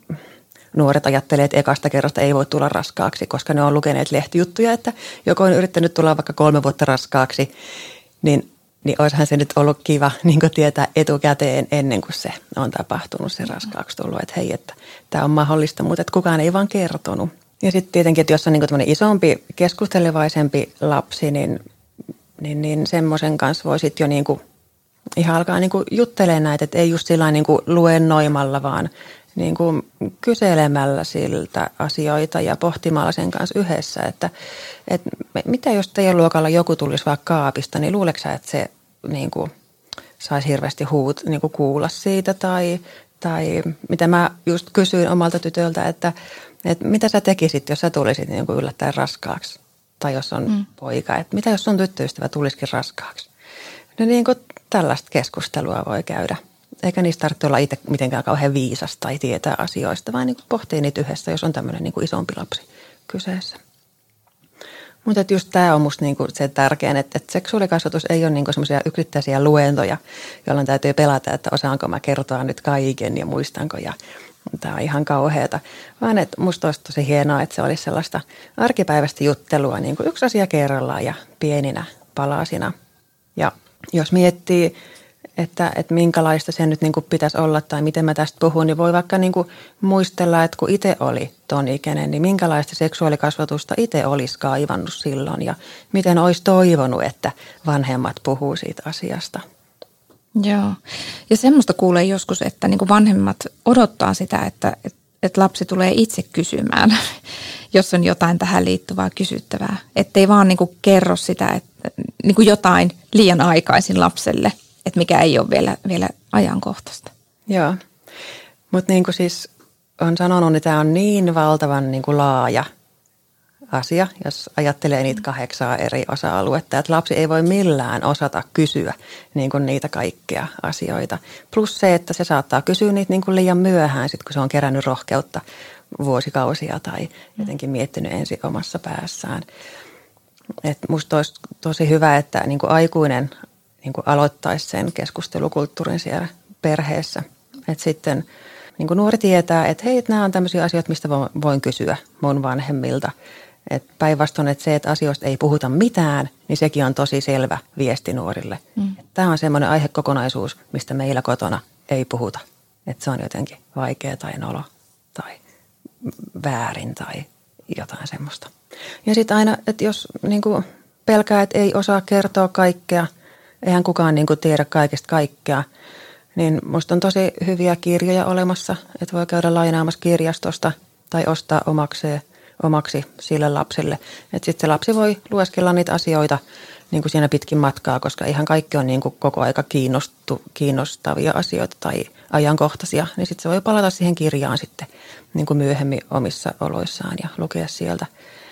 nuoret ajattelee, että ekasta kerrasta ei voi tulla raskaaksi, koska ne on lukeneet lehtijuttuja, että joku on yrittänyt tulla vaikka kolme vuotta raskaaksi, niin, niin olisihan se nyt ollut kiva niin kuin tietää etukäteen ennen kuin se on tapahtunut se raskaaksi tullut, että hei, että tämä on mahdollista, mutta että kukaan ei vaan kertonut. Ja sitten tietenkin, että jos on niin kuin tämmöinen isompi, keskustelevaisempi lapsi, niin, niin, niin semmoisen kanssa voi sitten jo niin kuin ihan alkaa niin kuin juttelemaan näitä, että ei just sillä niin kuin luennoimalla, vaan niin kuin kyselemällä siltä asioita ja pohtimalla sen kanssa yhdessä, että, että mitä jos teidän luokalla joku tulisi vaikka kaapista, niin luuleeko sä, että se niin kuin saisi hirveästi huut, niin kuin kuulla siitä tai, tai mitä mä just kysyin omalta tytöltä, että, että mitä sä tekisit, jos sä tulisit niin kuin yllättäen raskaaksi tai jos on mm. poika, että mitä jos sun tyttöystävä tulisikin raskaaksi. No niin kuin tällaista keskustelua voi käydä eikä niistä tarvitse olla itse mitenkään kauhean viisas tai tietää asioista, vaan niin kuin pohtii niitä yhdessä, jos on tämmöinen niin kuin isompi lapsi kyseessä. Mutta just tämä on musta niinku se tärkein, että, että seksuaalikasvatus ei ole niinku semmoisia yksittäisiä luentoja, jolloin täytyy pelata, että osaanko mä kertoa nyt kaiken ja muistanko ja tämä on ihan kauheata. Vaan että musta olisi tosi hienoa, että se olisi sellaista arkipäiväistä juttelua niin kuin yksi asia kerrallaan ja pieninä palasina. Ja jos miettii, että, että minkälaista se nyt niin kuin pitäisi olla tai miten mä tästä puhun, niin voi vaikka niin kuin muistella, että kun itse oli ton ikäinen, niin minkälaista seksuaalikasvatusta itse olisi kaivannut silloin ja miten olisi toivonut, että vanhemmat puhuu siitä asiasta. Joo. Ja semmoista kuulee joskus, että niin kuin vanhemmat odottaa sitä, että, että lapsi tulee itse kysymään, jos on jotain tähän liittyvää kysyttävää. Ettei vaan niin kuin kerro sitä, että niin kuin jotain liian aikaisin lapselle, että mikä ei ole vielä, vielä ajankohtaista. Joo, mutta niin kuin siis on sanonut, niin tämä on niin valtavan niin kuin laaja asia, jos ajattelee niitä kahdeksaa eri osa-aluetta, että lapsi ei voi millään osata kysyä niin kuin niitä kaikkia asioita. Plus se, että se saattaa kysyä niitä niin kuin liian myöhään, sit kun se on kerännyt rohkeutta vuosikausia tai jotenkin miettinyt ensin omassa päässään. Et musta olisi tosi hyvä, että niin kuin aikuinen niin kuin aloittaisi sen keskustelukulttuurin siellä perheessä. Että sitten niin kuin nuori tietää, että hei, että nämä on tämmöisiä asioita, mistä voin kysyä mun vanhemmilta. Että päinvastoin, että se, että asioista ei puhuta mitään, niin sekin on tosi selvä viesti nuorille. Mm. Tämä on semmoinen aihekokonaisuus, mistä meillä kotona ei puhuta. Että se on jotenkin vaikea tai nolo tai väärin tai jotain semmoista. Ja sitten aina, että jos niin kuin pelkää, että ei osaa kertoa kaikkea, eihän kukaan niin kuin tiedä kaikesta kaikkea, niin musta on tosi hyviä kirjoja olemassa, että voi käydä lainaamassa kirjastosta tai ostaa omakseen, omaksi sille lapselle. Että sitten se lapsi voi lueskella niitä asioita niin kuin siinä pitkin matkaa, koska ihan kaikki on niin kuin koko aika kiinnostu, kiinnostavia asioita tai ajankohtaisia. Niin sitten se voi palata siihen kirjaan sitten niin kuin myöhemmin omissa oloissaan ja lukea sieltä.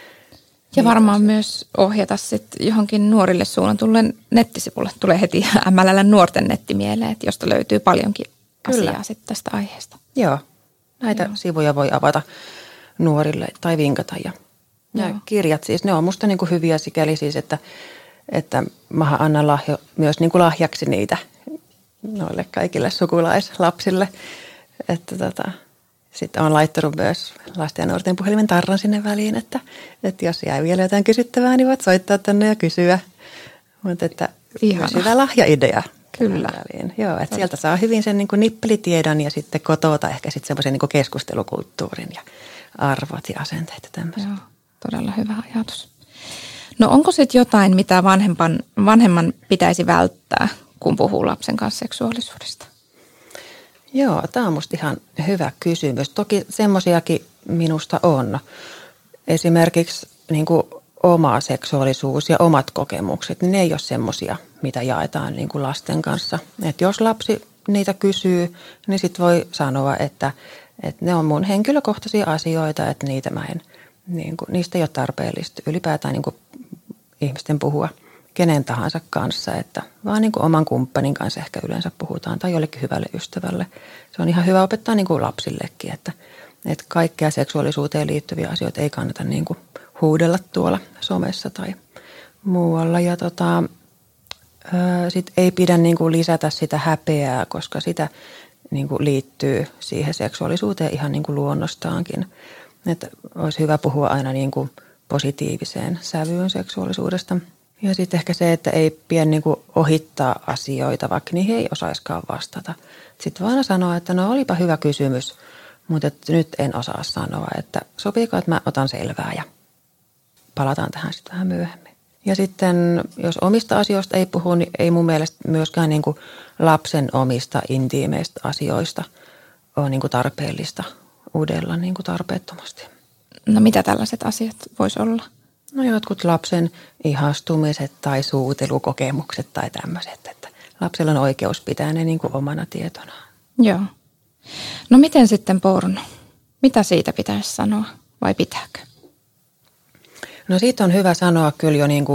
Ja varmaan myös ohjata sitten johonkin nuorille suunnatulle nettisivulle. Tulee heti M L L:n nuorten netti mieleen, että josta löytyy paljonkin Kyllä. asiaa sitten tästä aiheesta. Joo, näitä Joo. sivuja voi avata nuorille tai vinkata. Ja, ja kirjat siis, ne on musta niinku hyviä sikäli siis, että, että mä annan lahjo, myös niinku lahjaksi niitä noille kaikille sukulaislapsille. Että tota... Sitten olen laittanut myös lasten ja nuorten puhelimen tarran sinne väliin, että, että jos jää vielä jotain kysyttävää, niin voit soittaa tänne ja kysyä. Mutta että myös hyvä lahjaidea. Kyllä. Väliin. Joo, että sieltä saa hyvin sen niin kuin nippelitiedon ja sitten kotota ehkä sitten semmoisen niin kuin keskustelukulttuurin ja arvot ja asenteet ja tämmöiset. Joo, todella hyvä ajatus. No onko sitten jotain, mitä vanhempan, vanhemman pitäisi välttää, kun puhuu lapsen kanssa seksuaalisuudesta? Joo, tämä on musta ihan hyvä kysymys. Toki semmoisiakin minusta on. Esimerkiksi niin kuin oma seksuaalisuus ja omat kokemukset, niin ne ei ole semmoisia, mitä jaetaan niin kuin lasten kanssa. Et jos lapsi niitä kysyy, niin sitten voi sanoa, että, että ne on mun henkilökohtaisia asioita, että niitä mä en, niin kuin, niistä ei ole tarpeellista ylipäätään niin kuin ihmisten puhua kenen tahansa kanssa, että vaan niin kuin oman kumppanin kanssa ehkä yleensä puhutaan tai jollekin hyvälle ystävälle. Se on ihan hyvä opettaa niin kuin lapsillekin, että, että kaikkea seksuaalisuuteen liittyviä asioita ei kannata niin kuin huudella tuolla somessa tai muualla. Ja tota, sit ei pidä niin kuin lisätä sitä häpeää, koska sitä niin kuin liittyy siihen seksuaalisuuteen ihan niin kuin luonnostaankin. Että olisi hyvä puhua aina niin kuin positiiviseen sävyyn seksuaalisuudesta. Ja sitten ehkä se, että ei pidä niin kuin ohittaa asioita, vaikka niihin ei osaiskaan vastata. Sitten vaan sanoa, että no olipa hyvä kysymys, mutta nyt en osaa sanoa, että sopiiko, että mä otan selvää ja palataan tähän sitten vähän myöhemmin. Ja sitten jos omista asioista ei puhu, niin ei mun mielestä myöskään niin kuin lapsen omista intiimeistä asioista ole niin kuin tarpeellista udella niin kuin tarpeettomasti. No mitä tällaiset asiat vois olla? No jotkut lapsen ihastumiset tai suutelukokemukset tai tämmöiset, että lapsella on oikeus pitää ne niin kuin omana tietonaan. Joo. No miten sitten porno? Mitä siitä pitäisi sanoa vai pitääkö? No siitä on hyvä sanoa kyllä jo niin kuin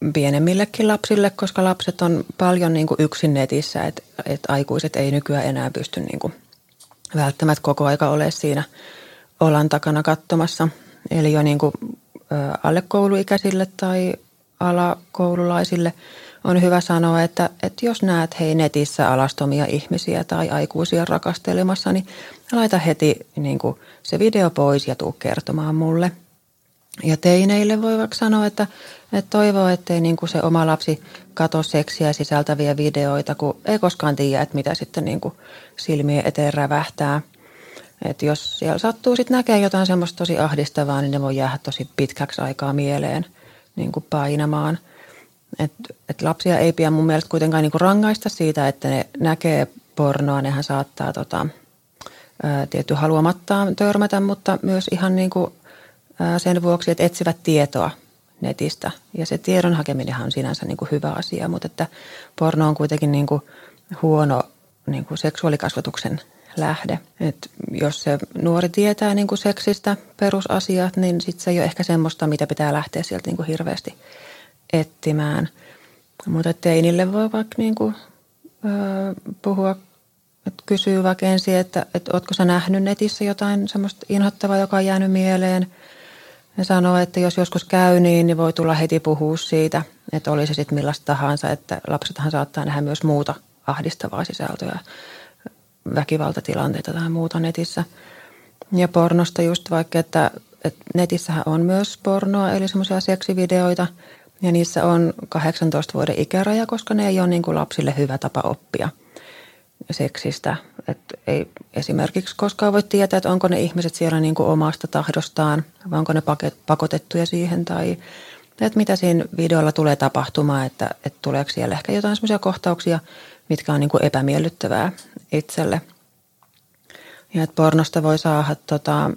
pienemmillekin lapsille, koska lapset on paljon niin kuin yksin netissä, että et aikuiset ei nykyään enää pysty niin kuin välttämättä koko aika olemaan siinä olan takana katsomassa. Eli jo niin kuin alle kouluikäisille tai alakoululaisille on hyvä sanoa, että, että jos näet hei netissä alastomia ihmisiä tai aikuisia rakastelemassa, niin laita heti niin kuin se video pois ja tuu kertomaan mulle. Ja teineille voi vaikka sanoa, että, että toivoo, ettei niin kuin se oma lapsi katso seksiä sisältäviä videoita, kun ei koskaan tiedä, että mitä sitten niin kuin silmien eteen rävähtää. Että jos siellä sattuu sitten näkee jotain semmoista tosi ahdistavaa, niin ne voi jäädä tosi pitkäksi aikaa mieleen niin kuin painamaan. Että et lapsia ei pidä mun mielestä kuitenkaan niin kuin rangaista siitä, että ne näkee pornoa. Nehän saattaa tota, ää, tietty haluamattaan törmätä, mutta myös ihan niin kuin sen vuoksi, että etsivät tietoa netistä. Ja se tiedon hakeminenhan on sinänsä niin kuin hyvä asia, mutta että porno on kuitenkin niin kuin huono niin kuin seksuaalikasvatuksen lähde. Et jos se nuori tietää niin kuin seksistä perusasiat, niin sitten se ei ole ehkä semmoista, mitä pitää lähteä sieltä niin kuin hirveästi etsimään. Mutta teinille voi vaikka niin kuin, ö, puhua, että kysyy vaikka ensin, että, että ootko sä nähnyt netissä jotain semmoista inhottavaa, joka on jäänyt mieleen. Ja sanoo, että jos joskus käy niin, niin voi tulla heti puhua siitä, että oli se sitten millaista tahansa, että lapsethan saattaa nähdä myös muuta ahdistavaa sisältöä, väkivaltatilanteita tai muuta netissä. Ja pornosta just vaikka, että, että netissähän on myös pornoa, eli semmoisia seksivideoita, ja niissä on kahdeksantoista vuoden ikäraja, koska ne ei ole niin kuin lapsille hyvä tapa oppia seksistä. Että ei esimerkiksi koskaan voi tietää, että onko ne ihmiset siellä niin kuin omasta tahdostaan, vai onko ne pakotettuja siihen, tai että mitä siinä videolla tulee tapahtumaan, että, että tuleeko siellä ehkä jotain semmoisia kohtauksia, mitkä on niin kuin epämiellyttävää itselle. Ja että pornosta voi saada tota,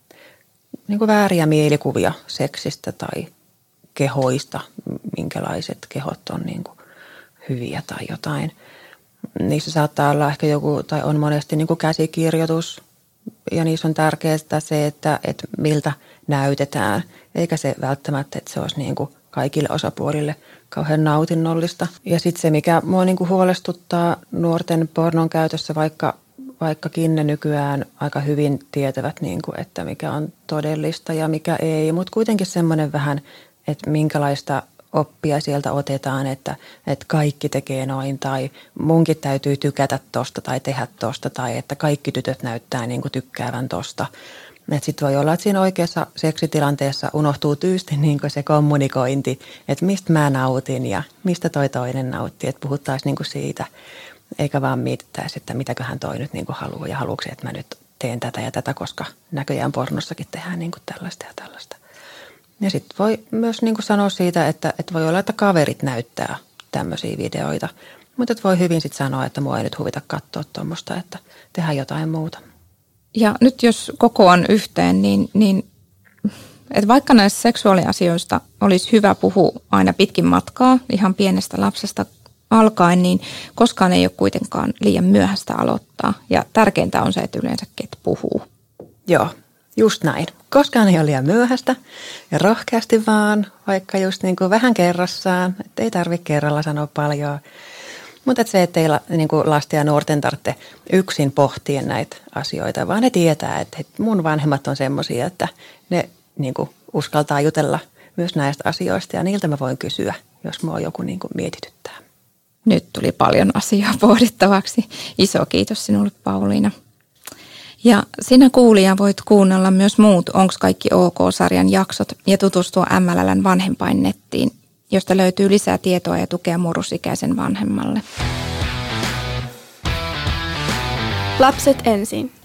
niin kuin vääriä mielikuvia seksistä tai kehoista, minkälaiset kehot on niin kuin hyviä tai jotain. Niissä saattaa olla ehkä joku, tai on monesti niin kuin käsikirjoitus, ja niissä on tärkeää se, että, että miltä näytetään, eikä se välttämättä, että se olisi niin kuin kaikille osapuolille kauhean nautinnollista. Ja sitten se, mikä mua niin kuin huolestuttaa nuorten pornon käytössä, vaikka, vaikkakin ne nykyään aika hyvin tietävät, niin kuin, että mikä on todellista ja mikä ei, mutta kuitenkin semmoinen vähän, että minkälaista oppia sieltä otetaan, että, että kaikki tekee noin tai munkin täytyy tykätä tosta tai tehdä tosta tai että kaikki tytöt näyttää niin kuin tykkäävän tosta. Sitten voi olla, että siinä oikeassa seksitilanteessa unohtuu tyysti niin kuin se kommunikointi, että mistä mä nautin ja mistä toi toinen nautti, että puhuttaisiin niin kuin siitä, eikä vaan mietittäisi, että mitäköhän toi nyt niin kuin haluaa ja haluuko se, että mä nyt teen tätä ja tätä, koska näköjään pornossakin tehdään niin kuin tällaista ja tällaista. Ja sitten voi myös niin kuin sanoa siitä, että, että voi olla, että kaverit näyttää tämmöisiä videoita, mutta voi hyvin sitten sanoa, että mua ei nyt huvita katsoa tuommoista, että tehdään jotain muuta. Ja nyt jos kokoan yhteen, niin, niin että vaikka näistä seksuaaliasioista olisi hyvä puhua aina pitkin matkaa, ihan pienestä lapsesta alkaen, niin koskaan ei ole kuitenkaan liian myöhäistä aloittaa. Ja tärkeintä on se, että yleensäkin että puhuu. Joo. Just näin. Koskaan ei ole liian myöhäistä ja rohkeasti vaan, vaikka just niin kuin vähän kerrassaan, että ei tarvitse kerralla sanoa paljon. Mutta se, että ei niin kuin lasten ja nuorten tarvitse yksin pohtia näitä asioita, vaan ne tietää, että mun vanhemmat on semmoisia, että ne niin kuin uskaltaa jutella myös näistä asioista ja niiltä mä voin kysyä, jos mua joku niin kuin mietityttää. Nyt tuli paljon asiaa pohdittavaksi. Iso kiitos sinulle, Pauliina. Ja sinä kuulija voit kuunnella myös muut Onks kaikki ok-sarjan jaksot ja tutustua M L L:n vanhempainnettiin, josta löytyy lisää tietoa ja tukea murrosikäisen vanhemmalle. Lapset ensin.